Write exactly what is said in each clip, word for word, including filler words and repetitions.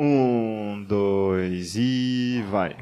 Um, dois e vai.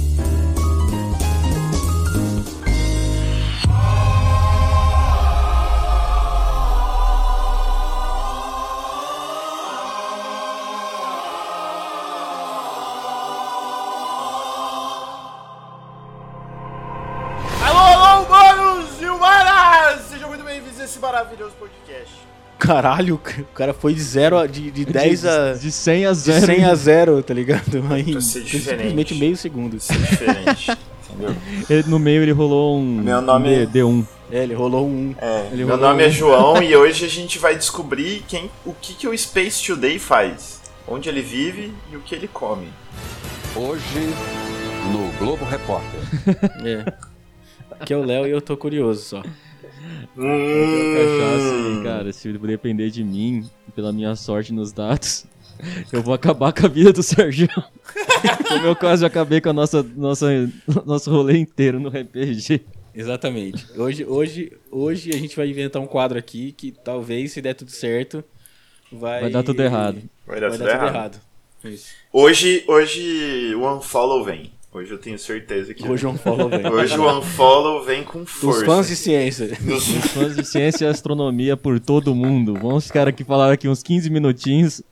Alô, alô, humanos e humanas! Sejam muito bem-vindos a esse maravilhoso podcast. Caralho, o cara foi de zero a, de, de dez a... De cem a De zero. cem a zero, tá ligado? Em Pra ser diferente. simplesmente meio segundo. Isso é diferente, entendeu? Ele, no meio ele rolou um Meu nome- D- D um. É, ele rolou um... É, Ele meu rolou nome é um. João e hoje a gente vai descobrir quem, o que, que o Space Today faz, onde ele vive e o que ele come. Hoje, no Globo Repórter. É. Aqui é o Léo e eu tô curioso só. Hum, Cachaça aí, cara, se depender de mim, pela minha sorte nos dados, eu vou acabar com a vida do Sérgio. Como eu quase acabei com a nossa, nossa, nosso rolê inteiro no R P G. Exatamente. Hoje, hoje, hoje a gente vai inventar um quadro aqui que talvez, se der tudo certo, vai... Vai dar tudo errado. vai dar Vai tudo dar tudo errado. errado. Isso. Hoje, hoje o Unfollow vem. Hoje eu tenho certeza que... Hoje o Unfollow vem. Hoje o Unfollow vem com força. Dos fãs de ciência. Dos- Os fãs de ciência e astronomia por todo mundo. Vamos ficar aqui falar aqui uns quinze minutinhos.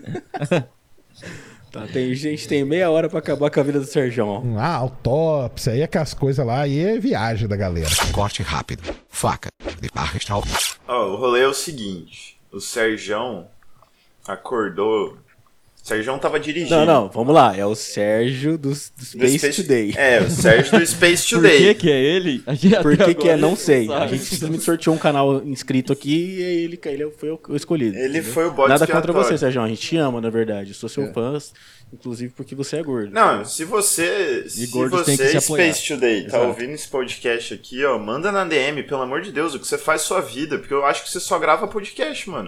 Tá, tem, a gente tem meia hora pra acabar com a vida do Sérgio. Ah, autópsia, aí aquelas coisas lá, aí é viagem da galera. Corte rápido. Faca. De barra está. Ó, o rolê é o seguinte. O Serjão acordou... O Serjão tava dirigindo. Não, não, vamos lá. É o Sérgio do, do Do Space, Today. É, o Sérgio do Space Por Today. que que é ele? A gente Por até que que é? agora Não sei. A sabe. gente simplesmente sorteou um canal inscrito aqui e ele, ele foi o o escolhido. Ele entendeu? foi o bode Nada contra expiatório. você, Sérgio. A gente te ama, na verdade. Eu sou seu fã, inclusive porque você é gordo. Não, se você, se gordos têm que você se apoiar. Space Today, tá Exato. ouvindo esse podcast aqui, ó, manda na D M, pelo amor de Deus, o que você faz sua vida, porque eu acho que você só grava podcast, mano.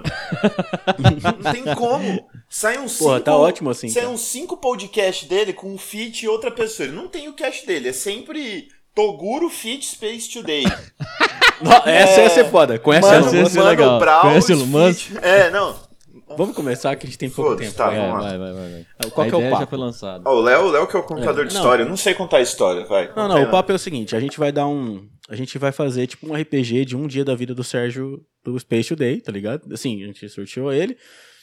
Não tem como. Sai uns Porra, cinco, tá ótimo assim, Sai cara. uns cinco podcasts dele com um feat e outra pessoa. Ele não tem o cast dele, é sempre Toguro feat Space Today. No- essa ia ser foda. Conhece Mano, ela? Essa ia ser Mano legal. Brown, Conhece o Elon feat- É, não. Vamos começar que a gente tem pouco Foda-se, tempo. tá, vai. É, vamos lá. vai, vai, vai, vai. Qual a que é o ideia já papo? foi lançada. Ó, o Léo, o Léo que é o contador É, de não. história. Eu não sei contar a história, vai. Não, não, o papo é o seguinte, a gente vai dar um... A gente vai fazer, tipo, um R P G de um dia da vida do Sérgio do Space Today, tá ligado? Assim, a gente sorteou ele.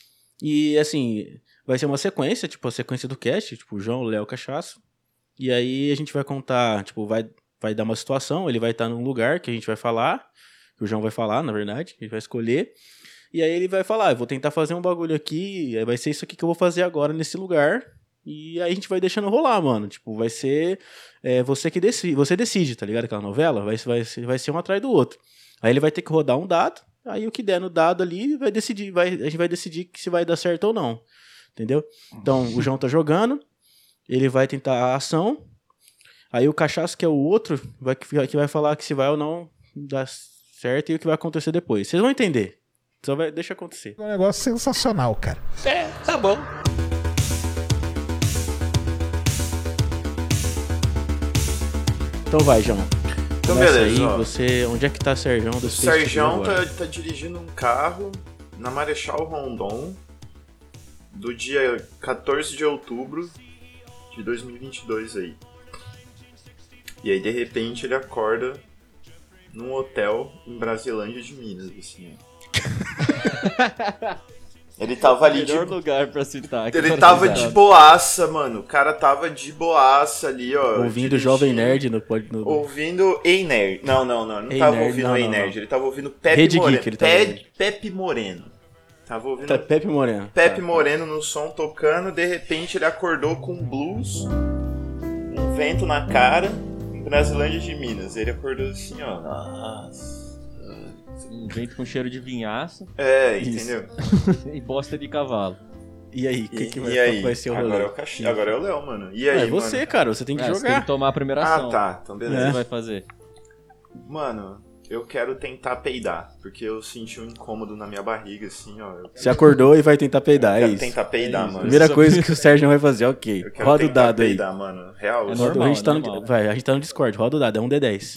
E, assim, vai ser uma sequência, tipo, a sequência do cast, tipo, João, Léo, Cachaço. E aí a gente vai contar, tipo, vai, vai dar uma situação, ele vai estar num lugar que a gente vai falar, que o João vai falar, na verdade, que ele vai escolher. E aí ele vai falar, eu vou tentar fazer um bagulho aqui, aí vai ser isso aqui que eu vou fazer agora nesse lugar. E aí a gente vai deixando rolar, mano. Tipo, vai ser é, você que decide, você decide, tá ligado? Aquela novela, vai, vai, ser- vai ser um atrás do outro. Aí ele vai ter que rodar um dado, aí o que der no dado ali vai decidir, vai, a gente vai decidir se vai dar certo ou não. Entendeu? Então, o João tá jogando, ele vai tentar a ação, aí o Cachaço, que é o outro, vai, que vai falar que se vai ou não dar certo e o que vai acontecer depois. Vocês vão entender. Só vai, deixa acontecer. É um negócio sensacional, cara. É, tá bom. Então vai, João. Então, Começa beleza, aí, ó. você, onde é que tá Sérgio do O Space Today Serjão agora? tá, tá dirigindo um carro na Marechal Rondon do dia quatorze de outubro de dois mil e vinte e dois aí. E aí, de repente, ele acorda num hotel em Brasilândia de Minas, assim, ó. Ele tava ali de... Melhor lugar pra citar. aqui Ele pra tava citar. de boaça, mano. O cara tava de boaça ali, ó. Ouvindo o dirigindo. Jovem Nerd no... pod- no... Ouvindo Ei Nerd. Não, não, não. Ele não Ei tava Nerd, ouvindo não, Ei não, Nerd. não. Ele tava ouvindo Pepe Rede Moreno. Geek ele tava Pe- ouvindo. Pepe Moreno. Tava ouvindo Tá, Pepe Moreno. Pepe Tá. Moreno no som tocando. De repente ele acordou com um blues, um vento na cara, em Brasilândia de Minas. Ele acordou assim, ó. Nossa. Um vento com cheiro de vinhaça É, Isso. entendeu? e bosta de cavalo. E aí, o que, E, que vai, e aí? qual vai ser o rolê? Agora é o, Caxi... Agora é o Léo, mano. E aí, é você, mano? cara, você tem que É, você tem jogar. que tomar a primeira Ah, ação. tá. Então O que beleza. você vai fazer? Mano, eu quero tentar peidar, porque eu senti um incômodo na minha barriga, assim, ó. Eu Você acordou e vai tentar peidar, é quero isso. tentar peidar, É isso. mano. Primeira Só- coisa que o Sérgio vai fazer, ok. Eu quero Roda o tentar dado aí. peidar, mano. Real. É eu Roda- normal, a, gente tá é no, normal. vai, a gente tá no Discord, roda o dado, é um D dez.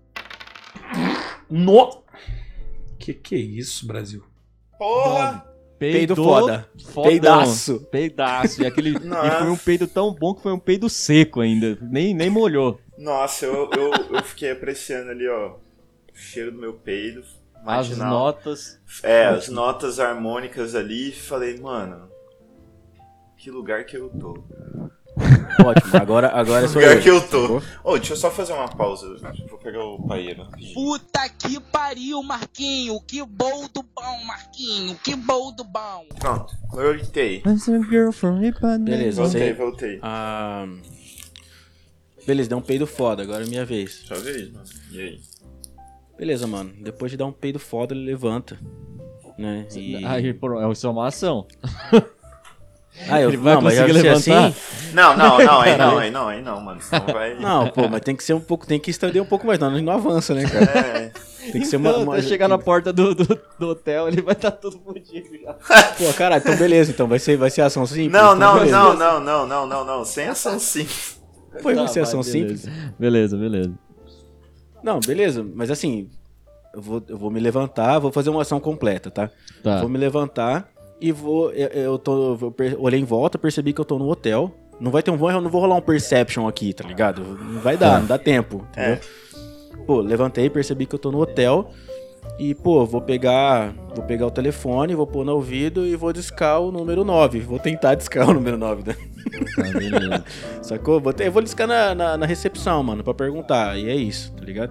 No... Que que é isso, Brasil? Porra! Peido peidou foda. fodão. Peidaço. Peidaço. E, aquele, e Nossa. foi um peido tão bom que foi um peido seco ainda. Nem, nem molhou. Nossa, eu, eu, eu fiquei apreciando ali, ó, o cheiro do meu peido. As matinal. notas. É, as notas harmônicas ali. Falei, mano, que lugar que eu tô. Ótimo, agora, agora é Que sou lugar eu. que eu tô. Sacou? Ô, deixa eu só fazer uma pausa. Vou pegar o paeiro. rapidinho. Puta que pariu, Marquinho. Que bom do bom, Marquinho. Que bom do bom. Pronto, voltei. Beleza, Voltei, você... voltei. Ah... Beleza, deu um peido foda, agora é minha vez. Só vez, mano. E aí? Beleza, mano. Depois de dar um peido foda, ele levanta. Né? E... Aí, pô, isso é uma ação. Ah, eu... Ele vai não, mas conseguir já ser levantar? assim... Não, não, não, aí não, aí não, aí não, mano. Senão vai. Não, pô, mas tem que ser um pouco... Tem que estender um pouco mais, não, a gente não avança, né, cara? É. Tem que ser uma... Então, uma... até chegar na porta do, do, do hotel, ele vai estar todo fodido já. Pô, caralho, então beleza, então vai ser, vai ser ação simples? Não, então não, beleza. não, não, não, não, não, não. Sem ação sim. Foi Tá, uma ser vai, ação beleza. simples? Beleza, beleza. Não, beleza, mas assim... Eu vou, eu vou me levantar, vou fazer uma ação completa, tá? Tá. Vou me levantar e vou... Eu, eu tô... Eu per- olhei em volta, percebi que eu tô no hotel. Não vai ter um... Eu não vou rolar um perception aqui, tá ligado? Não vai dar, Tá. não dá tempo, entendeu? É. Pô, levantei, percebi que eu tô no hotel. E, pô, vou pegar... Vou pegar o telefone, vou pôr no ouvido e vou discar o número nove. Vou tentar discar o número nove, né? Tá, beleza. Sacou? Vou ter, eu vou discar na, na, na recepção, mano, pra perguntar. E é isso, tá ligado?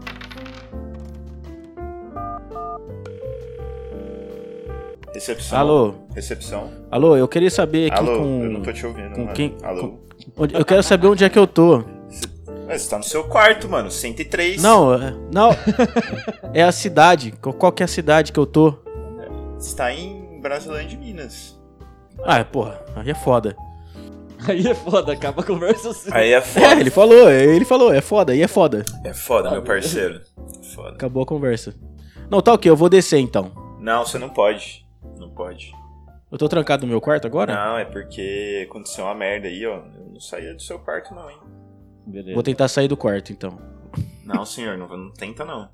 Recepção. Alô? Recepção. Alô, eu queria saber aqui Alô, com... eu não tô te ouvindo, com mano. quem- Alô? com- onde- Eu quero saber onde é que eu tô. Mas você tá no seu quarto, mano. cento e três. Não, é- não. É a cidade. Qual, qual que é a cidade que eu tô? Você tá em Brasilândia, Minas. Ah, porra, aí é foda. Aí é foda, acaba a conversa assim. Aí é É, foda. ele falou, ele falou, é foda, aí é foda. É foda, meu parceiro. Foda. Acabou a conversa. Não, tá ok, eu vou descer então. Não, você não pode. Não pode. Eu tô trancado no meu quarto agora? Não, é porque aconteceu uma merda aí, ó. Eu não saía do seu quarto, não, hein. Beleza. Vou tentar sair do quarto então. Não, senhor, não, não tenta, não.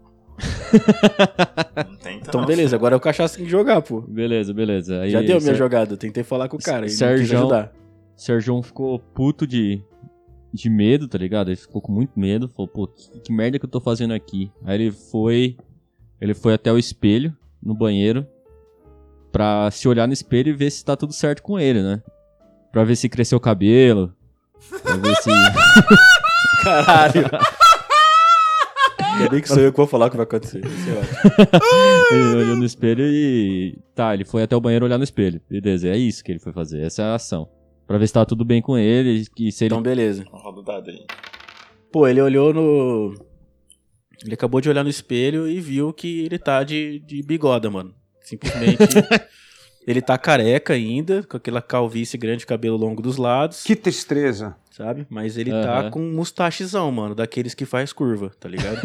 Não tenta, Então não. beleza, agora o cachaça tem que jogar, pô. Beleza, beleza. Aí, Já deu minha Ser- jogada, tentei falar com o cara, ele não quis Serjão- ajudar. Serjão ficou puto de, de medo, tá ligado? Ele ficou com muito medo. Falou, pô, que, que merda que eu tô fazendo aqui? Aí ele foi. Ele foi até o espelho, no banheiro, pra se olhar no espelho e ver se tá tudo certo com ele, né? Pra ver se cresceu o cabelo. Pra ver se. Caralho. Ainda bem que sou eu que vou falar o que vai acontecer. Sei lá. Ele olhou no espelho e. Tá, ele foi até o banheiro olhar no espelho. Beleza, é isso que ele foi fazer. Essa é a ação. Pra ver se tá tudo bem com ele e se ele. Então beleza. Roda o dado aí. Pô, ele olhou no... Ele acabou de olhar no espelho e viu que ele tá de, de bigoda, mano. Simplesmente... Ele tá careca ainda, com aquela calvície grande, cabelo longo dos lados, Que tristeza. sabe? Mas ele Aham. tá com um mustachezão, mano, daqueles que faz curva, tá ligado?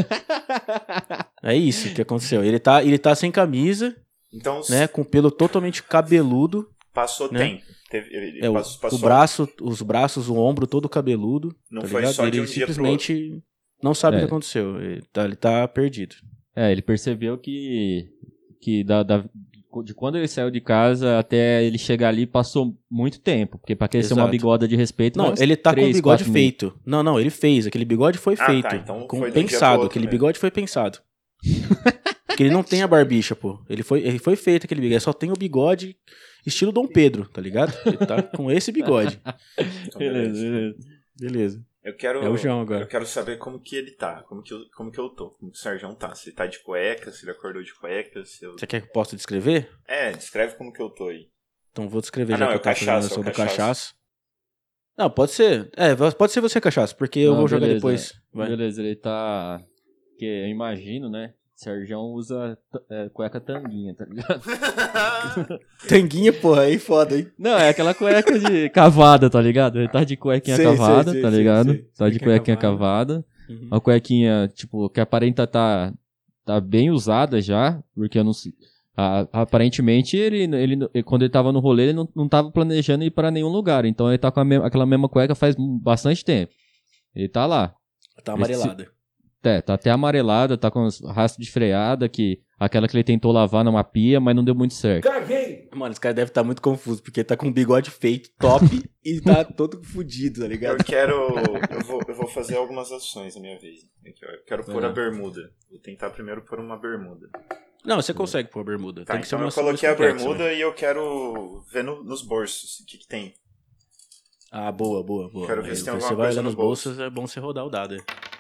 É isso que aconteceu. Ele tá, ele tá sem camisa, Então, né? Com pelo totalmente cabeludo. passou né? tempo. Teve, ele É, o, passou, passou- o braço, os braços, o ombro todo cabeludo. Não tá foi ligado? só de Ele um dia pro simplesmente não sabe o É. que aconteceu. Ele tá, ele tá perdido. É, ele percebeu que, que da, da- de quando ele saiu de casa até ele chegar ali passou muito tempo. Porque pra crescer uma Exato. bigoda de respeito... Não, uns ele tá com o três, bigode quatro meses. feito. Não, não, ele fez. Aquele bigode foi Ah, feito. tá, então com foi de um dia pro pensado. outro Aquele mesmo. bigode foi pensado. Porque ele não tem a barbicha, pô. Ele foi, ele foi feito aquele bigode. Só tem o bigode estilo Dom Pedro, tá ligado? Ele tá com esse bigode. Então, Beleza, beleza. beleza. Beleza. Eu quero, É o João agora. Eu quero saber como que ele tá, como que eu, como que eu tô, como que o Serjão tá. Se ele tá de cueca, se ele acordou de cueca, se eu... Você quer que eu possa descrever? É, descreve como que eu tô aí. Então vou descrever Ah, já não, que é eu tô fazendo a cachaça, noção é do cachaça. cachaço. Não, pode ser. É, pode ser você, cachaça, porque eu Não, vou jogar beleza. depois. Vai. Beleza, ele tá... Porque eu imagino, né? Serjão usa t- é, cueca tanguinha, tá ligado? Tanguinha, porra, aí foda, hein? Não, é aquela cueca de cavada, tá ligado? Ele tá de cuequinha Sei, cavada, sei, tá sei, ligado? sei, sei. Tá de Cuequinha cuequinha cavada. Uhum. Uma cuequinha, tipo, que aparenta tá, tá bem usada já, porque eu não sei... a- aparentemente, ele, ele, ele- quando ele tava no rolê, ele não, não tava planejando ir pra nenhum lugar. Então ele tá com a me- aquela mesma cueca faz bastante tempo. Ele tá lá. Tá amarelada. É, tá até amarelada, tá com os rastros de freada, que aquela que ele tentou lavar numa pia, mas não deu muito certo. Mano, esse cara deve estar muito confuso, porque tá com um bigode feito, top, e tá todo fudido, tá ligado? Eu quero... Eu vou, eu vou fazer algumas ações na minha vez. Eu quero pôr É. a bermuda. Vou tentar primeiro pôr uma bermuda. Não, você consegue pôr a bermuda. Tá, tem que ser então uma eu coloquei a complexa, bermuda né? e eu quero ver no- nos bolsos o que que tem. Ah, boa, boa, boa. Quero ver Aí se tem você alguma vai coisa olhar no nos bolso. bolsos, é bom você rodar o dado. aí.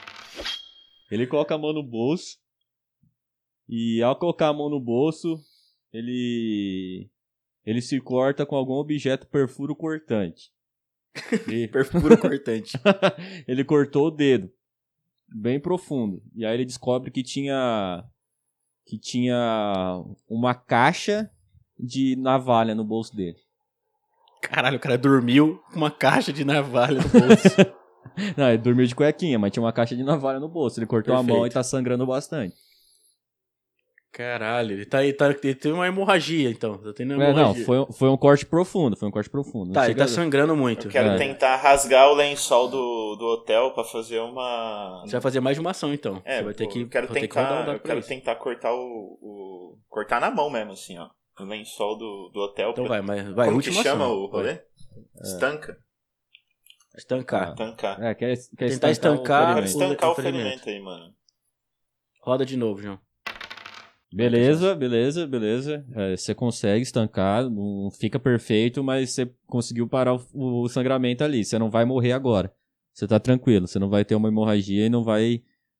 Ele coloca a mão no bolso. E ao colocar a mão no bolso, ele. Ele se corta com algum objeto perfuro cortante. E- Perfuro cortante. ele cortou o dedo. Bem profundo. E aí ele descobre que tinha. Que tinha uma caixa de navalha no bolso dele. Caralho, o cara dormiu com uma caixa de navalha no bolso. Não, ele dormiu de cuequinha, mas tinha uma caixa de navalha no bolso. Ele cortou a mão Perfeito. e tá sangrando bastante. Caralho, ele tá aí, tá, ele tem uma hemorragia, então. Tá tendo É, hemorragia. não, foi, foi um corte profundo, foi um corte profundo. Não Tá, ele chega- tá sangrando muito. Eu quero É. tentar rasgar o lençol do, do hotel pra fazer uma... Você vai fazer mais de uma ação, então. É, você vai ter pô, que, eu quero vai ter que rodar um tentar, dado eu pra quero isso. tentar cortar o, o... Cortar na mão mesmo, assim, ó. O lençol do, do hotel. Então pra- vai, mas vai, Como que última chama ação. o rolê? Vai. Estanca? Estancar. Estancar. É, quer, quer Tentar estancar o estancar Eu quero ferimento. estancar o o ferimento. ferimento aí, mano. Roda de novo, João. Beleza, beleza, beleza. É, você consegue estancar, não fica perfeito, mas você conseguiu parar o, o sangramento ali. Você não vai morrer agora. Você tá tranquilo, você não vai ter uma hemorragia e não vai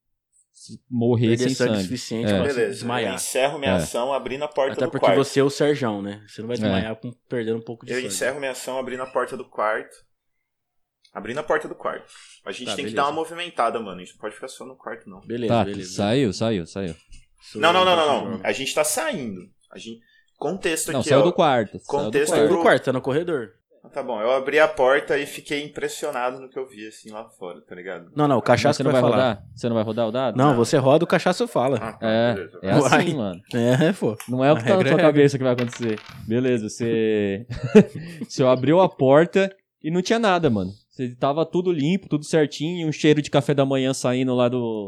s- morrer Perder sem sangue sangue. suficiente É. pra se Beleza, eu desmaiar. encerro minha É. ação abrindo a porta Até do porque quarto. você é o Serjão, né? Você não vai desmaiar com perdendo um pouco de Eu sangue. encerro minha ação abrindo a porta do quarto. Abrindo a porta do quarto. A gente Tá, tem que beleza. dar uma movimentada, mano. A gente não pode ficar só no quarto, não. Beleza, Tá, beleza. saiu, saiu, saiu. Sou Não, não, eu, não, não, João. não. A gente tá saindo. A gente... Contexto Não, aqui, saiu ó. do quarto. Saiu do Contexto Saiu quarto. do quarto, tá no corredor. Tá bom, eu abri a porta e fiquei impressionado no que eu vi, assim, lá fora, tá ligado? Não, não, o Mas cachaça você que não vai, vai falar. rodar? Você não vai rodar o dado? Não, você roda, o cachaça fala. Ah, tá, É, beleza. é assim, Vai. mano. É, pô. Não é o que A tá na regra sua é regra. cabeça que vai acontecer. Beleza, você. Você abriu a porta e não tinha nada, mano. Você tava tudo limpo, tudo certinho, e um cheiro de café da manhã saindo lá do.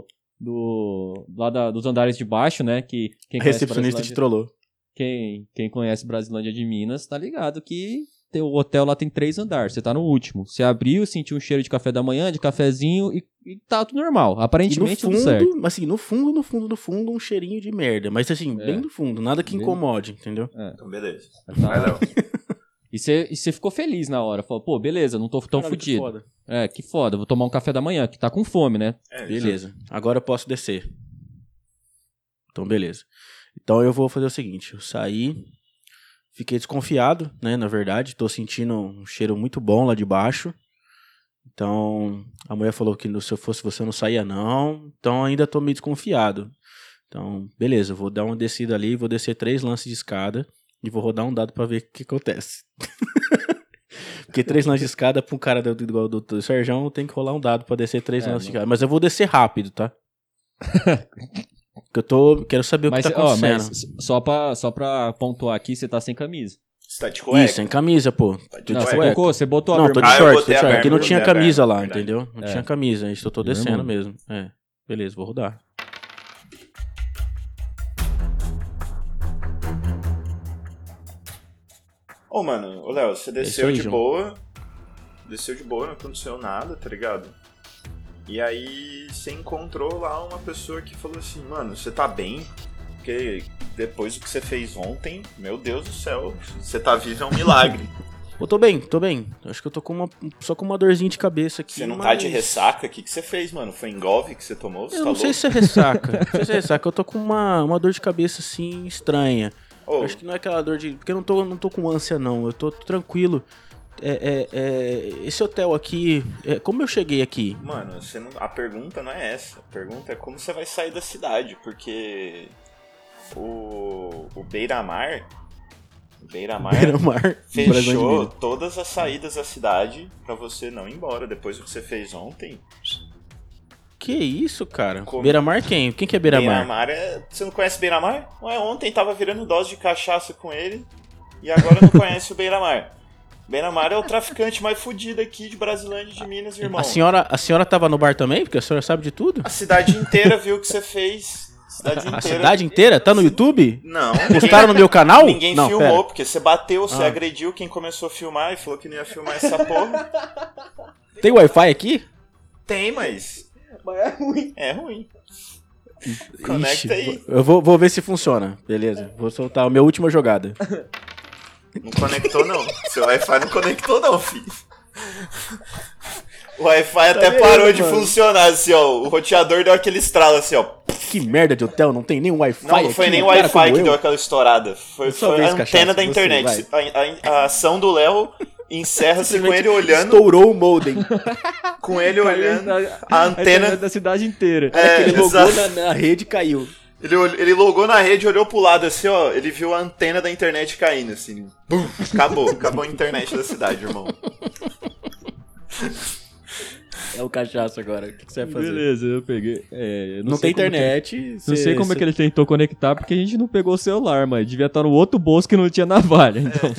do lá da- dos andares de baixo, né? Que quem A conhece recepcionista te Brasilândia- trollou. Quem, quem conhece Brasilândia de Minas tá ligado que tem- o hotel lá tem três andares. Você tá no último. Você abriu, sentiu um cheiro de café da manhã, de cafezinho e, e tá tudo normal. E no Aparentemente tudo certo. fundo, assim, no fundo, no fundo, no fundo, um cheirinho de merda. Mas assim, É. bem no fundo, nada que Bem- incomode, entendeu? Então, beleza. Tá- Vai, Léo. E você e você ficou feliz na hora. Falou, pô, beleza, não tô tão Caralho, que fudido. foda. É, que foda, vou tomar um café da manhã, que tá com fome, né? É, Beleza. Agora eu posso descer. Então, beleza. Então eu vou fazer o seguinte, eu saí, fiquei desconfiado, né, na verdade, tô sentindo um cheiro muito bom lá de baixo. Então, a mulher falou que se eu fosse você eu não saía não, então ainda tô meio desconfiado. Então, beleza, eu vou dar uma descida ali, vou descer três lances de escada e vou rodar um dado pra ver o que acontece. Porque três lances de escada pra um cara do, do, do, do Serjão tem que rolar um dado pra descer três É, lances de não- escada. Mas eu vou descer rápido, tá? Porque eu tô, quero saber o Mas, que tá ó, acontecendo. mas só pra, só pra pontuar aqui, você tá sem camisa. Você tá de cueca? Isso, sem camisa, pô. Tá de Tô Não, de você cueca. cueca. colocou, você botou a Não, tô de Ah, eu short, tô botei de a short. Aqui não bermuda, tinha botei a camisa lá, bermuda, entendeu? Não É. tinha camisa, isso eu tô descendo Bermuda. mesmo. É. Beleza, vou rodar. Ô, mano, ô, Léo, você desceu É aí, de João. boa. Desceu de boa, não aconteceu nada, tá ligado? E aí você encontrou lá uma pessoa que falou assim, mano, você tá bem? Porque depois do que você fez ontem, meu Deus do céu, você tá vivo é um milagre. Pô, tô bem, tô bem. Acho que eu tô com uma, só com uma dorzinha de cabeça aqui. Você não mas... tá de ressaca? O que, que você fez, mano? Foi engolve que você tomou? Você Eu tá não sei louco? se é ressaca. Não sei se é ressaca. Eu tô com uma, uma dor de cabeça, assim, estranha. Ô, Acho que não é aquela dor de... Porque eu não tô, não tô com ânsia, não. Eu tô tranquilo. É, é, é, esse hotel aqui... é, como eu cheguei aqui? Mano, você não... a pergunta não é essa. A pergunta é como você vai sair da cidade, porque o, o Beira-Mar, o Beira-Mar Beira-mar. fechou todas as saídas da cidade pra você não ir embora. Depois do que você fez ontem, Que isso, cara? Como? Beira-mar quem? Quem que é Beira-mar? Beira-Mar é... Você não conhece Beira-Mar? Ué, ontem tava virando dose de cachaça com ele e agora não conhece o Beira-Mar. Beira-Mar é o traficante mais fudido aqui de Brasilândia e de Minas, irmão. A senhora, a senhora tava no bar também? Porque a senhora sabe de tudo? A cidade inteira viu o que você fez Cidade inteira. A cidade inteira? Tá no YouTube? Não. Postaram no meu canal? Ninguém não, filmou, pera. porque você bateu, você Ah. agrediu quem começou a filmar e falou que não ia filmar essa porra. Tem Wi-Fi aqui? Tem, mas Mas é ruim. é ruim. Conecta aí. Eu vou, vou ver se funciona. Beleza. Vou soltar a minha última jogada. Não conectou, não. Seu Wi-Fi não conectou, não, filho. O Wi-Fi até vendo, parou de mano? funcionar, assim, ó. O roteador deu aquele estralo, assim, ó. Que merda de hotel, não tem nem Wi-Fi. Não, não foi aqui, nem o um cara Wi-Fi como que eu. deu aquela estourada. Foi, Só foi vez, a cachaça, antena da você, internet. A, a- a ação do Léo encerra-se com ele olhando. Estourou o modem. Com ele olhando. A A antena. da cidade inteira. É, Ele logou exato. na, na rede e caiu. Ele, ol- ele logou na rede, olhou pro lado assim, ó. Ele viu a antena da internet caindo, assim. Bum, acabou, acabou a internet da cidade, irmão. É o cachaço agora. O que, que você vai fazer? Beleza, eu peguei. É, eu Não, sei tem como que- internet. não cê- sei como é cê- que ele tentou conectar, porque a gente não pegou o celular, mas devia estar no outro bolso que não tinha navalha. Então,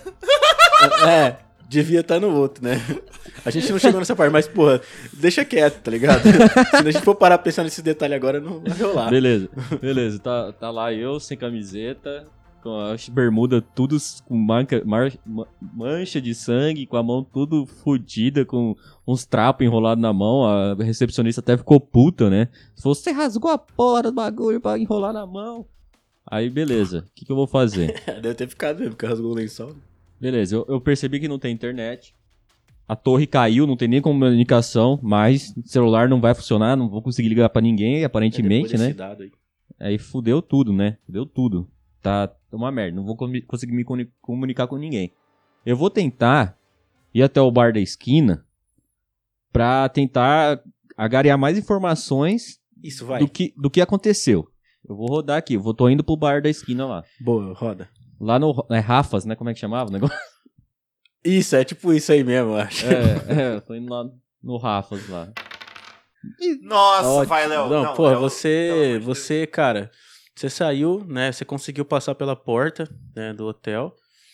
É, devia estar no outro, né? A gente não chegou nessa parte, mas, porra, deixa quieto, tá ligado? Se a gente for parar pra pensar nesse detalhe agora, não vai rolar. beleza, beleza. Tá, tá lá eu sem camiseta, com a bermuda tudo com manca, mar- ma- mancha de sangue, com a mão tudo fodida, com uns trapos enrolados na mão. A recepcionista até ficou puta, né? Falou, você rasgou a porra do bagulho pra enrolar na mão. Aí, beleza. O que, que eu vou fazer? Deve ter ficado mesmo, porque rasgou o lençol. Beleza, eu, eu percebi que não tem internet. A torre caiu, não tem nem comunicação, mas o celular não vai funcionar, não vou conseguir ligar pra ninguém, aparentemente, É, depois né? desse dado aí. Aí fudeu tudo, né? Fudeu tudo. Tá uma merda, não vou comi- conseguir me comuni- comunicar com ninguém. Eu vou tentar ir até o bar da esquina pra tentar agariar mais informações Isso, vai. do que, do que aconteceu. Eu vou rodar aqui, eu vou, tô indo pro bar da esquina lá. Boa, roda. Lá no é, Rafas, né? Como é que chamava o negócio? Isso, é tipo isso aí mesmo, eu acho. É, é, eu tô indo lá no Rafas lá. Nossa, Ótimo. vai, Léo. Não, Não, porra, Léo, pelo você, amor de você, cara, você saiu, né? Você conseguiu passar pela porta, né, do hotel.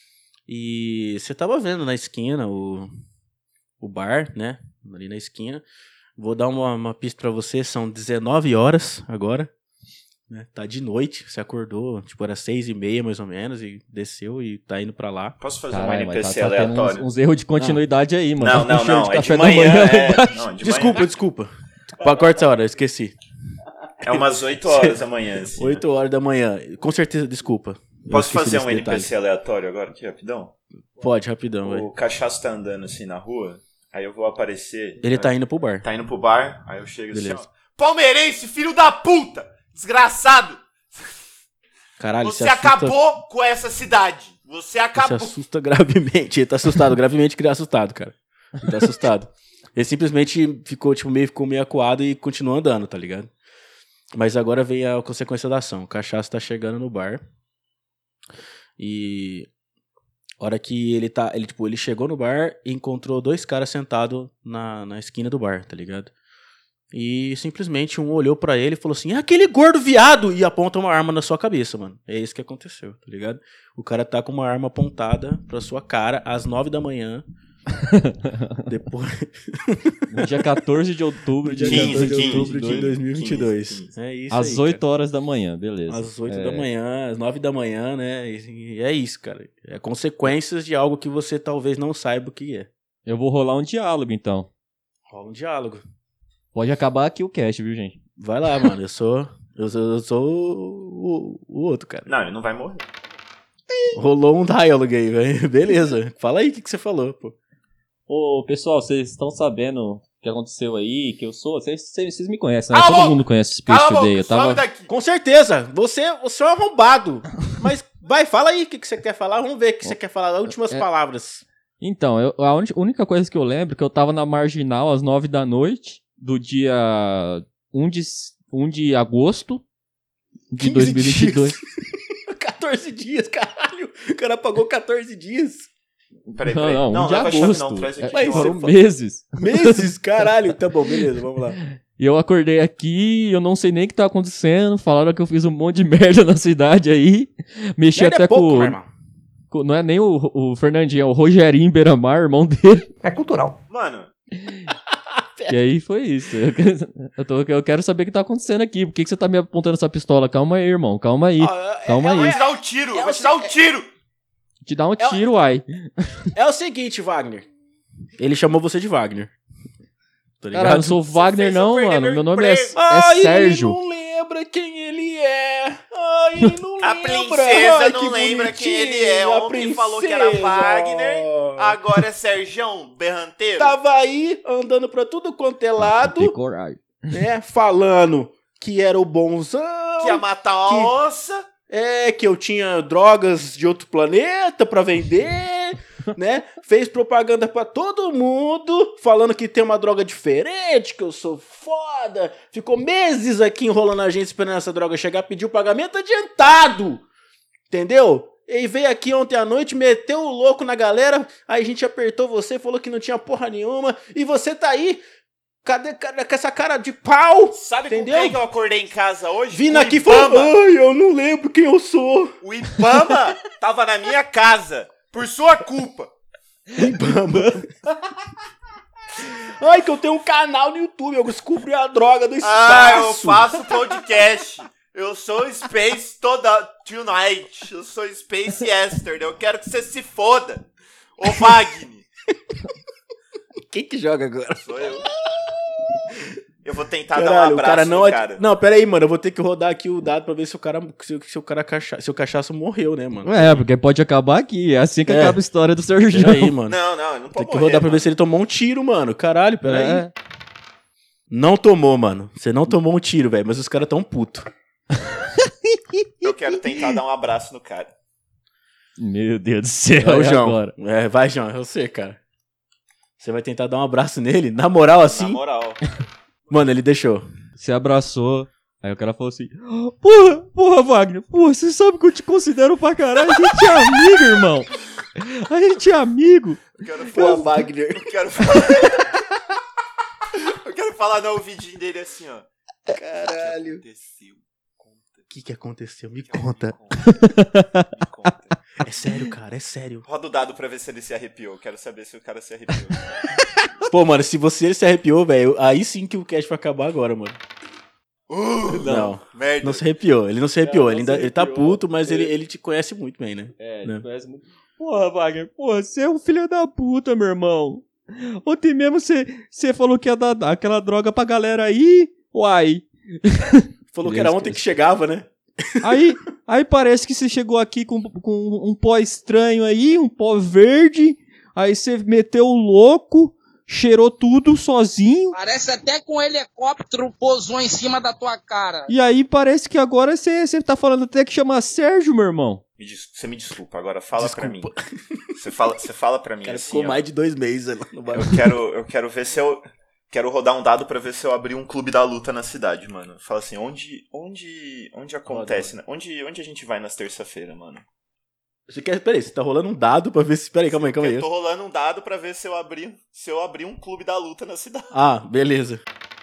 E você tava vendo na esquina o, o bar, né? Ali na esquina. Vou dar uma, uma pista pra você, são dezenove horas agora. Né? Tá de noite, você acordou, tipo, era seis e meia mais ou menos, e desceu e tá indo pra lá. Posso fazer Caralho, um mas N P C tá, tá tendo aleatório? uns, uns erros de continuidade aí, mano. Não, Tá não, com cheiro não. de É de café da manhã. lá É... embaixo. Não, de Desculpa, manhã. desculpa. Qual corta essa hora? Eu esqueci. É umas oito horas da manhã, assim. oito horas da manhã. Com certeza, desculpa. Eu Posso esqueci fazer desse um detalhe. N P C aleatório agora aqui, rapidão? Pode, rapidão, vai. O cachaço tá andando assim na rua, aí eu vou aparecer. Ele né? tá indo pro bar. Tá indo pro bar, aí eu chego Beleza. assim, ó. Palmeirense, filho da puta! Desgraçado! Caralho, Você se assusta, acabou com essa cidade! Você se acabou! assusta gravemente. Ele tá assustado, gravemente que ele é assustado, cara. Ele tá assustado. Ele simplesmente ficou, tipo, meio, ficou meio acuado e continuou andando, tá ligado? Mas agora vem a consequência da ação. O cachaço tá chegando no bar. E... a hora que ele tá... Ele, tipo, ele chegou no bar e encontrou dois caras sentados na, na esquina do bar, tá ligado? E simplesmente um olhou pra ele e falou assim, é aquele gordo viado! E aponta uma arma na sua cabeça, mano. É isso que aconteceu, tá ligado? O cara tá com uma arma apontada pra sua cara às nove da manhã. Depois... No dia quatorze de outubro de quinze, de outubro quinze, de dois mil e vinte e dois. quinze, quinze. É isso Às aí, oito cara. horas da manhã, beleza. Às oito É, da manhã, às nove da manhã, né? E e é isso, cara. É consequências de algo que você talvez não saiba o que é. Eu vou rolar um diálogo, então. Rola um diálogo. Pode acabar aqui o cast, viu, gente? Vai lá, mano. Eu sou... Eu sou, eu sou o, o outro, cara. Não, ele não vai morrer. Rolou um diálogo aí, velho. Beleza. Fala aí o que, que você falou, pô. Ô, pessoal, vocês estão sabendo o que aconteceu aí, que eu sou... Vocês, vocês vocês me conhecem, né? Cala a Todo boca! mundo conhece o Cala a Space boca, Today. Eu some tava... daqui! Com certeza. Você, você é um arrombado. Mas vai, fala aí o que, que você quer falar. Vamos ver o que você quer falar. As últimas É- palavras. Então, eu- a uni- única coisa que eu lembro é que eu tava na Marginal às nove da noite, do dia um de, um de agosto de quinze dois mil e vinte e dois. quatorze dias, caralho. O cara pagou quatorze dias. Peraí, Não, peraí. não, um não de leva a chave agosto. não, traz aqui. É, Mas que eu- foram você fa- meses. Meses, caralho. Tá bom, beleza, vamos lá. E eu acordei aqui, eu não sei nem o que tá acontecendo. Falaram que eu fiz um monte de merda na cidade aí. Mexi Merda até é pouco, com, meu irmão. com- Não é nem o, o Fernandinho, é o Rogerinho Beiramar, irmão dele. É cultural. Mano, E aí foi isso. Eu, eu, tô, eu quero saber o que tá acontecendo aqui. Por que, que você tá me apontando essa pistola? Calma aí, irmão. Calma aí. Ah, Calma é- Eu vou aí. te dar um tiro, eu é vou o te dar um se- tiro! Te dá um é- tiro, uai. É o seguinte, Wagner. Ele chamou você de Wagner. Tá ligado? Caralho, eu não sou Wagner fez eu não, perder mano. meu Meu nome é, emprego. é Ai, Sérgio. ele não lembra quem ele é. Ai, ele não A lembra. princesa Ai, não que lembra quem bonitinho, ele é. a Ontem falou que era princesa. Wagner, agora é Serjão Berranteiro. Tava aí, andando pra tudo quanto é lado, Tem coragem. né, falando que era o bonzão, Que ia matar uma Que- onça. é, que eu tinha drogas de outro planeta pra vender, né? Fez propaganda pra todo mundo, falando que tem uma droga diferente, que eu sou foda. Ficou meses aqui enrolando a gente esperando essa droga chegar, pediu pagamento adiantado. Entendeu? E veio aqui ontem à noite, meteu o louco na galera, aí a gente apertou você, falou que não tinha porra nenhuma, e você tá aí, cadê, cadê com essa cara de pau? Sabe Entendeu? com quem que eu acordei em casa hoje? Vindo O aqui Ibama. falando, ai, eu não lembro quem eu sou. O Ibama tava na minha casa, por sua culpa. Ai, que eu tenho um canal no YouTube, eu descobri a droga do espaço. Ah, eu faço podcast. Eu sou Space toda tonight. Eu sou Space Yesterday. Eu quero que você se foda. Ô Wagner. Quem que joga agora? Sou eu. Eu vou tentar dar um Caralho, o abraço cara não... no ad- cara. Não, pera aí, mano, eu vou ter que rodar aqui o dado pra ver se o cara... Se, se o cara cacha... se o cachaço morreu, né, mano? É, porque pode acabar aqui. É assim que É. acaba a história do Sérgio. Pera aí, mano. Não, não, eu não Tem pode que morrer, rodar pra mano. ver se ele tomou um tiro, mano. Caralho, pera aí. É. Não tomou, mano. Você não tomou um tiro, velho, mas os caras tão puto. Eu quero tentar dar um abraço no cara. Meu Deus do céu, É o e João. agora? É, vai, João, é você, cara. Você vai tentar dar um abraço nele? Na moral, assim? Na moral. Mano, ele deixou. Você abraçou. Aí o cara falou assim: Porra, porra, Wagner, porra, você sabe que eu te considero pra caralho. A gente é amigo, irmão. A gente é amigo. Eu quero Pô, falar. Wagner. Eu quero falar. Eu quero falar no ouvidinho dele assim, ó. Caralho. O que aconteceu? Conta. O que que aconteceu? Me Me conta. conta. Me conta. É sério, cara, é sério. Roda o dado pra ver se ele se arrepiou. Quero saber se o cara se arrepiou. Pô, mano, se você se arrepiou, velho, aí sim que o cast vai acabar agora, mano. Uh, Não, merda. não se arrepiou. Ele não se arrepiou. Não, ele, não ainda, se ele tá arrepiou. puto, mas ele, ele te conhece muito bem, né? É, Né? ele conhece muito. Porra, Wagner, porra, você é um filho da puta, meu irmão. Ontem mesmo você, você falou que ia dar aquela droga pra galera aí. Uai. Falou que era ontem que chegava, né? Aí, aí parece que você chegou aqui com, com um pó estranho aí, um pó verde. Aí você meteu o louco, cheirou tudo sozinho. Parece até que um helicóptero pousou em cima da tua cara. E aí parece que agora você, você tá falando até que chama Sérgio, meu irmão. Me des- Você me desculpa, agora fala Desculpa. pra mim. Você fala, você fala pra mim O cara assim, ficou ó, mais de dois meses lá no bagulho. eu quero, eu quero ver se eu... Quero rodar um dado pra ver se eu abrir um clube da luta na cidade, mano. Fala assim, onde... Onde... Onde acontece... né? Onde, onde a gente vai nas terça-feira, mano? Você quer, peraí, você tá rolando um dado pra ver se... Peraí, calma aí, calma aí. Eu tô rolando um dado pra ver se eu abrir... Se eu abrir um clube da luta na cidade. Ah, beleza.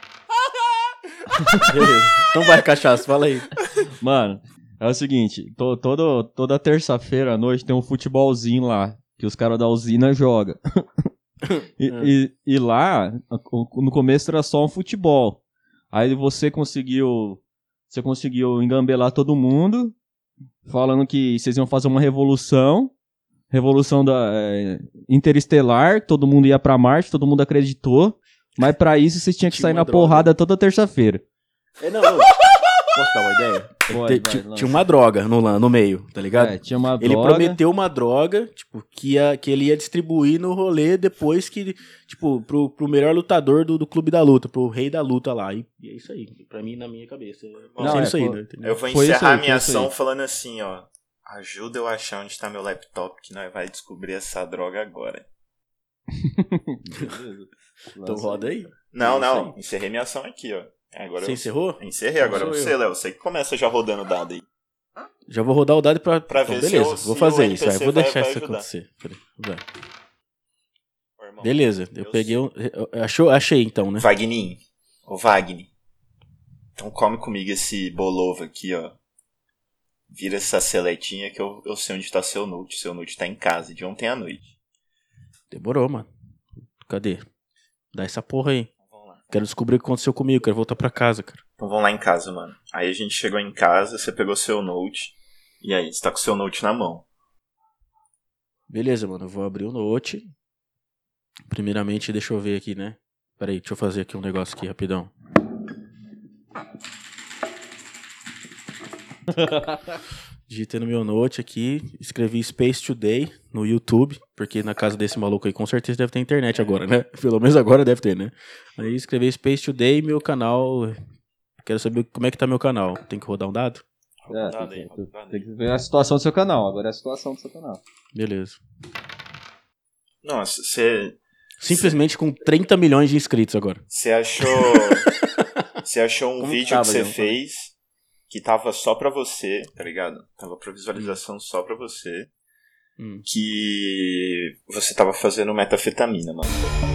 Beleza. Então vai, cachaça, fala aí. Mano, é o seguinte, to, todo, toda terça-feira à noite tem um futebolzinho lá, que os caras da usina jogam. e, e, e lá, no começo era só um futebol. Aí você conseguiu, você conseguiu engambelar todo mundo, falando que vocês iam fazer uma revolução, revolução da, é, interestelar, todo mundo ia pra Marte, todo mundo acreditou, mas pra isso vocês tinham que Tinha sair uma na droga. porrada toda terça-feira. É, não, não. Posso dar uma ideia? Pode, Te- vai, ti- lança. tinha uma droga no, lan- no meio, tá ligado? É, tinha uma Ele droga. prometeu uma droga, tipo, que, ia, que ele ia distribuir no rolê depois que, tipo, pro, pro melhor lutador do, do clube da luta, pro rei da luta lá. E, e é isso aí, pra mim, na minha cabeça. Não, Não, é é, isso aí, pô, né? Entendeu? Eu vou Foi isso encerrar aí, minha foi isso ação aí. falando assim, ó. Ajuda eu a achar onde tá meu laptop, que nós vai descobrir essa droga agora. Então roda aí. Não, É isso não. Encerrei minha ação aqui, ó. Agora Você eu... encerrou? Encerrei agora Sou você, eu. Léo. Você que começa já rodando o dado aí. Já vou rodar o dado pra... Pra então, ver se beleza, eu- vou se fazer o isso, vai. N P C Vou vai- deixar vai isso ajudar. acontecer. Peraí, vai. Ô, irmão. Beleza, eu Eu peguei sei. um... eu- Achou, achei então, né? Vagninho. Ô, Wagner. Então come comigo esse bolovo aqui, ó. Vira essa seletinha que eu, eu sei onde tá seu note. Seu note tá em casa, de ontem à noite. Demorou, mano. Cadê? Dá essa porra aí. Vamos lá. Quero descobrir o que aconteceu comigo, quero voltar pra casa, cara. Então vamos lá em casa, mano. Aí a gente chegou em casa, você pegou seu note. E aí, você tá com seu note na mão. Beleza, mano, eu vou abrir o note. Primeiramente, deixa eu ver aqui, né? Pera aí, deixa eu fazer aqui um negócio aqui, rapidão. Digitei no meu note aqui, escrevi Space Today no YouTube, porque na casa desse maluco aí com certeza deve ter internet agora, né? Pelo menos agora deve ter, né? Aí escrevi Space Today, meu canal... Quero saber como é que tá meu canal. Tem que rodar um dado? É, tem, que, tem que ver a situação do seu canal. Agora é a situação do seu canal. Beleza. Nossa, você... Simplesmente com trinta milhões de inscritos agora. Você achou... Você achou um Como vídeo tava, que você João? fez que tava só pra você, tá ligado? Tava pra visualização só pra você. Hum. Que você tava fazendo metafetamina, mano.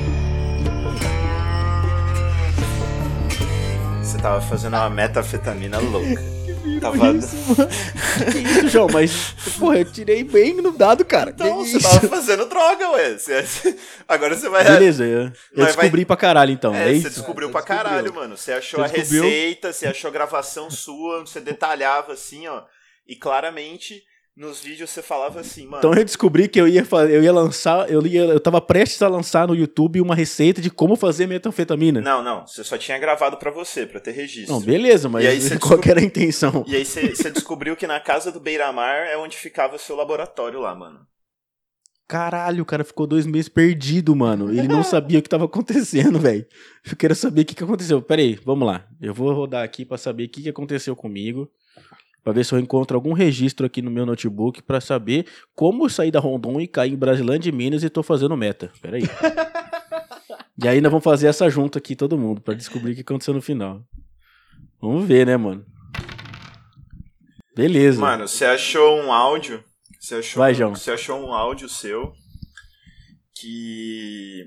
Você tava fazendo uma metafetamina louca. Tava... Que isso, João? Mas, porra, eu tirei bem no dado, cara. Então, Que você isso? tava fazendo droga, ué. Você... Agora você vai... Beleza, eu, eu Mas vai- descobri pra caralho, então. É, É, você isso? descobriu É, pra você descobriu. caralho, mano. Você achou Você a descobriu. receita, você achou a gravação sua, você detalhava assim, ó. E claramente, nos vídeos você falava assim, mano. Então eu descobri que eu ia, fa- eu ia lançar, eu, ia, eu tava prestes a lançar no YouTube uma receita de como fazer metanfetamina. Não, não. Você só tinha gravado pra você, pra ter registro. Não, beleza, mas E aí você qual que era a intenção? E aí você você descobriu que na casa do Beira-Mar é onde ficava seu laboratório lá, mano. Caralho, o cara ficou dois meses perdido, mano. Ele não sabia o que tava acontecendo, velho. Eu quero saber o que, que aconteceu. Pera aí, vamos lá. Eu vou rodar aqui pra saber o que, que aconteceu comigo. Pra ver se eu encontro algum registro aqui no meu notebook pra saber como eu saí da Rondon e caí em Brasilândia e Minas e tô fazendo meta. Pera aí. E aí nós vamos fazer essa junta aqui, todo mundo, pra descobrir o que aconteceu no final. Vamos ver, né, mano? Beleza. Mano, você achou um áudio. Você achou, Vai, um, João. você achou um áudio seu que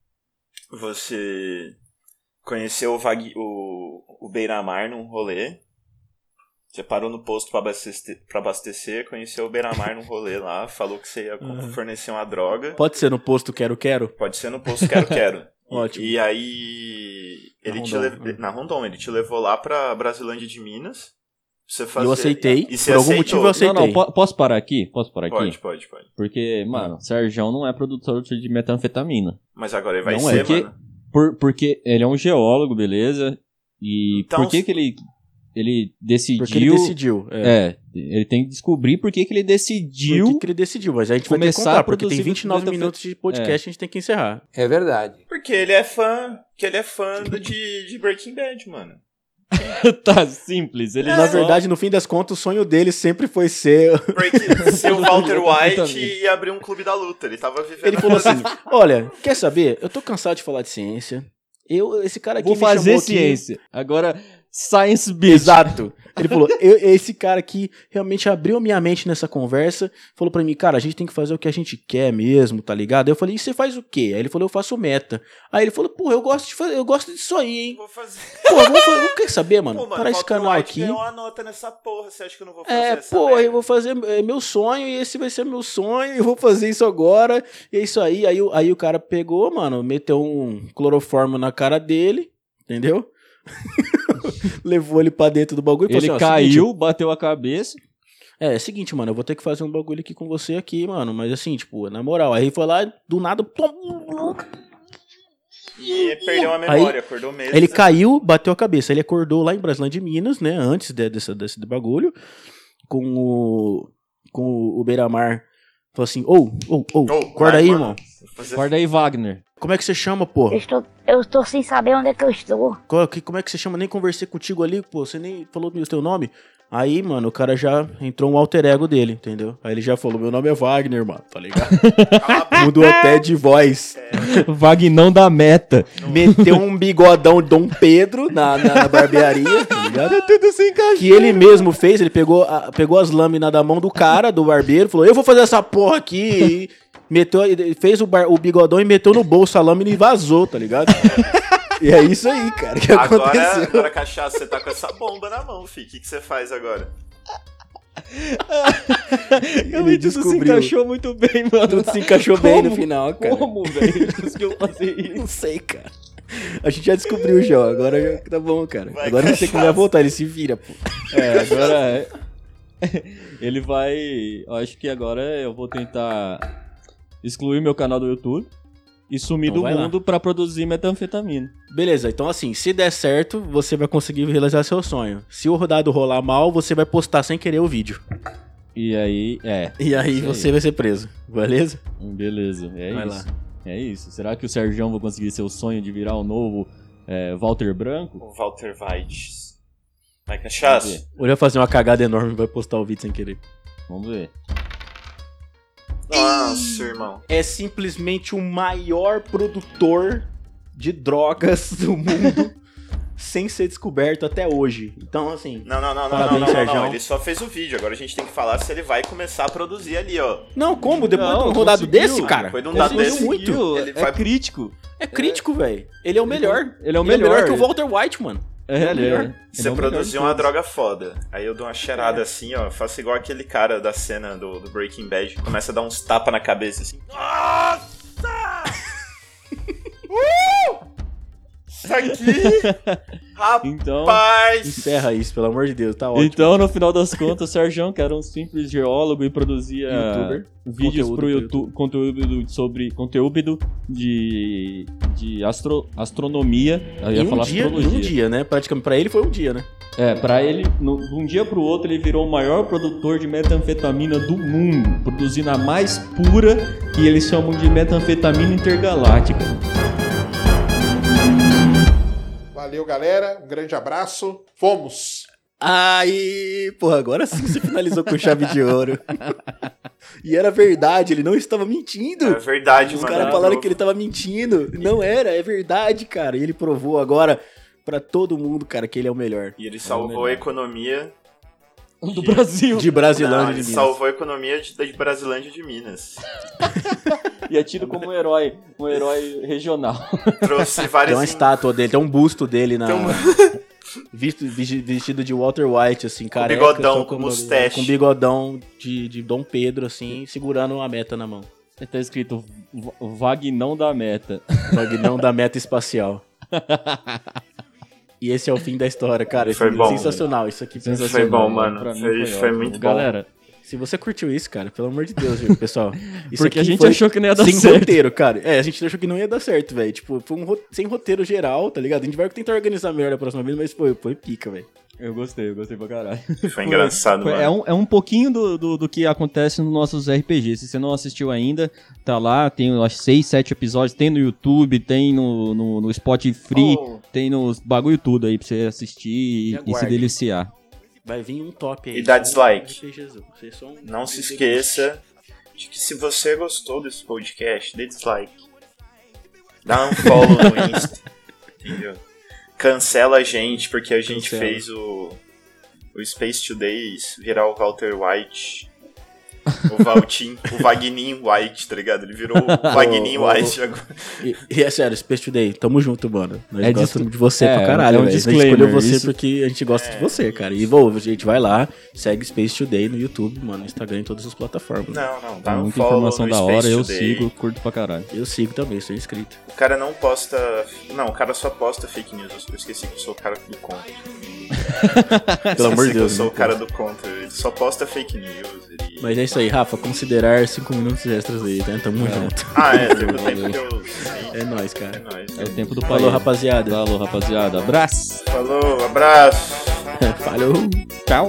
você conheceu o, Vag, o, o Beira-Mar num rolê. Você parou no posto pra abastecer, pra abastecer, conheceu o Beira-Mar num rolê lá, falou que você ia Uhum. fornecer uma droga. Pode ser no posto Quero Quero? Pode ser no posto Quero Quero. Ótimo. E aí ele Na te Rondon, lev- né? na Rondon, ele te levou lá pra Brasilândia de Minas. Pra você fazer... Eu aceitei. E você Por algum aceitou. motivo eu aceitei. Não, não, po- posso parar aqui? Posso parar aqui? Pode, pode, pode. Porque, mano, o Sérgio não é produtor de metanfetamina. Mas agora ele vai Não é, ser, porque- mano. Por, porque ele é um geólogo, beleza? E Então, por que que ele, ele decidiu... Porque ele decidiu. É. É, ele tem que descobrir por que que ele decidiu... Por que, que ele decidiu, mas a gente vai ter que começar contar, a porque tem produzir vinte e nove metanfe- minutos de podcast, a gente tem que encerrar. É verdade. Porque ele é fã... Que ele é fã do, de, de Breaking Bad, mano. Tá simples, ele Na só- verdade, no fim das contas, o sonho dele sempre foi ser... Breaking... Ser o Walter White Também. e abrir um clube da luta. Ele tava vivendo... Ele a falou vida assim, olha, quer saber? Eu tô cansado de falar de ciência. Eu, esse cara aqui Vou me fazer chamou aqui- ciência. Agora, science bitch. Exato. Ele falou, eu- esse cara aqui realmente abriu minha mente nessa conversa, falou pra mim, cara, a gente tem que fazer o que a gente quer mesmo, tá ligado? Eu falei, e você faz o quê? Aí ele falou, eu faço meta. Aí ele falou, pô, eu gosto de fazer, eu gosto disso aí, hein? Vou fazer... Pô, vamos fazer, vamos quer saber, mano? Pô, mano, Para esse Walter canal White aqui. ganhou uma nota nessa porra. Você acha que eu não vou fazer É, essa pô, merda? eu vou fazer é meu sonho e esse vai ser meu sonho, eu vou fazer isso agora. E é isso aí. Aí, o- aí o cara pegou, mano, meteu um cloroformo na cara dele, entendeu? Levou ele pra dentro do bagulho e Ele falou assim, ó, caiu, seguinte, bateu a cabeça. é, é seguinte, mano, eu vou ter que fazer um bagulho aqui com você aqui, mano, mas assim, tipo, na moral. Aí foi lá, do nada, pum, E perdeu a memória, acordou mesmo. ele caiu, bateu a cabeça. Ele acordou lá em Brasilândia de Minas, né? Antes de, desse, desse bagulho. Com o. Com o Beira-Mar. Falou assim: Ô, ô, ô, Ô, acorda vai, aí, mano. irmão. Vou fazer- Acorda aí, Wagner. Como é que você chama, pô? Eu estou, eu estou sem saber onde é que eu estou. Qual- que- Como é que você chama? Nem conversei contigo ali, pô. Você nem falou o teu nome. Aí, mano, o cara já entrou um alter ego dele, entendeu? Aí ele já falou: Meu nome é Wagner, mano, tá ligado? Cala a boca. Mudou até de voz. Vagnão da meta. Meteu um bigodão Dom Pedro na, na, na barbearia, tá ligado? Tudo se encaixou. Que ele mesmo fez, ele pegou, a- pegou as lâminas da mão do cara, do barbeiro, falou, eu vou fazer essa porra aqui, e meteu, ele fez o, bar- o bigodão e meteu no bolso a lâmina e vazou, tá ligado? E é isso aí, cara, que Agora, aconteceu. agora, cachaça, você tá com essa bomba na mão, fi. O que, que você faz agora? Realmente tudo se descobriu. encaixou muito bem, mano. Tudo se encaixou bem no Como? final, cara. Como, velho? Conseguiu fazer isso? Não sei, cara. A gente já descobriu já, agora já tá bom, cara. Vai, agora não sei como vai voltar, ele se vira, pô. É, agora é. Ele vai. Eu acho que agora eu vou tentar excluir meu canal do YouTube e sumir Então do vai lá. mundo pra produzir metanfetamina. Beleza, então assim, se der certo, você vai conseguir realizar seu sonho. Se o rodado rolar mal, você vai postar sem querer o vídeo. E aí, é. E aí Isso você vai ser preso, beleza? Beleza, é Vai isso. lá. É isso. Será que o Sergião vai conseguir seu sonho de virar o novo é, Walter Branco? O Walter White. Vai, Vamos cachaça. ver. Ou ele vai fazer uma cagada enorme e vai postar o vídeo sem querer. Vamos ver. Nossa, irmão. É simplesmente o maior produtor de drogas do mundo sem ser descoberto até hoje. Então, assim... Não, não, não, não, Parabéns, não, não, não, Sergião. não. Ele só fez o vídeo. Agora a gente tem que falar se ele vai começar a produzir ali, ó. Não, como? Depois Não, de um rodado conseguiu. desse, cara? Depois de um Ele dado conseguiu desse, muito. Ele é vai- crítico. É crítico, velho. Ele é o melhor. Ele é o Ele é melhor. melhor que o Walter White, mano. É, ele é. melhor. ele Você é o melhor produziu de uma todos. droga foda. Aí eu dou uma cheirada assim, ó. Faço igual aquele cara da cena do, do Breaking Bad. Começa a dar uns tapas na cabeça assim. Nossa! uh! Isso aqui! Então, Rapaz! Encerra isso, pelo amor de Deus. Tá ótimo. então, no final das contas, o Sergião, que era um simples geólogo e produzia Youtuber. vídeos Conteúdo pro pro YouTube, conteúdo sobre conteúdo de, de astro, astronomia. Eu ia Em um falar dia, astrologia. um dia, né? Praticamente, pra ele foi um dia, né? É, pra ele, no- de um dia pro outro, ele virou o maior produtor de metanfetamina do mundo, produzindo a mais pura, que eles chamam de metanfetamina intergaláctica. Valeu, galera. Um grande abraço. Fomos. Aí, porra, agora sim você finalizou com chave de ouro. E era verdade, ele não estava mentindo. É verdade, Os mano. caras falaram que ele tava mentindo. Não era, é verdade, cara. E ele provou agora pra todo mundo, cara, que ele é o melhor. E ele salvou a economia. Do Brasil. De Brasilândia Não, de ele Minas. salvou a economia de, de Brasilândia de Minas. E é tido como um herói, um herói regional. Trouxe Tem várias. uma estátua dele, tem um busto dele na... Tem um- Visto, vesti- vestido de Walter White, assim, cara. bigodão, com mustache. Com bigodão de, de Dom Pedro, assim, segurando uma meta na mão. Tá escrito Va- Vagnão da Meta. Magnão da meta espacial. E esse é o fim da história, cara. Foi Isso é bom, sensacional. Isso aqui Sensacional. Foi bom, mano. Pra mim Foi- foi ótimo. muito bom. Galera, Se você curtiu isso, cara, pelo amor de Deus, viu, pessoal. Isso porque a aqui gente foi achou que não ia dar sem certo. roteiro, cara. É, a gente achou que não ia dar certo, velho. Tipo, foi um ro- sem roteiro geral, tá ligado? A gente vai tentar organizar melhor da próxima vez, mas foi, foi pica, velho. Eu gostei, eu gostei pra caralho. Foi engraçado, Foi- mano. É um, é um pouquinho do, do, do que acontece nos nossos R P Gs. Se você não assistiu ainda, tá lá, tem eu acho seis, sete episódios, tem no YouTube, tem no, no, no Spotify, Oh. tem nos bagulho tudo aí pra você assistir E e, e se aguarde. deliciar. Vai vir um top aí. E dá só um dislike. R P Gs. Vocês são- Não se esqueça de que se você gostou desse podcast, dê dislike. Dá um follow no Insta. Entendeu? Cancela a gente, porque a gente Cancela. fez o, o Space Today virar o Walter White. O Valtin, o Vagnin White, tá ligado? Ele virou o Vagnin Ô, ô, White agora. E, e é sério, Space Today, tamo junto, mano. Nós É gostamos discl- de você é, pra caralho, é um velho. A gente disclaimer, escolheu você isso- porque a gente gosta de você, cara. E, bom, a gente vai lá, segue Space Today no YouTube, mano, no Instagram, em todas as plataformas. Não, não, Dá dá um muita follow informação no da Space hora, eu Today. sigo, curto pra caralho. Eu sigo também, sou inscrito. O cara não posta. Não, o cara só posta fake news. Eu esqueci que eu sou o cara do contra. Pelo amor Esqueci de que eu Deus. sou né, o cara do contra. Ele só posta fake news. Ele... Mas é isso aí, Rafa, considerar cinco minutos extras aí, né? Tamo É. junto. Ah, é, teve o tempo que eu sei. É nóis, É cara. nóis. É o tempo do Falou, país. rapaziada. Falou, rapaziada. Abraço. Falou, abraço. Falou. Tchau.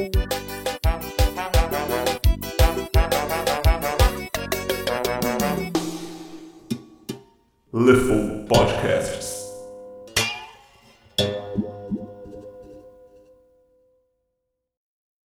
Lethal Podcasts.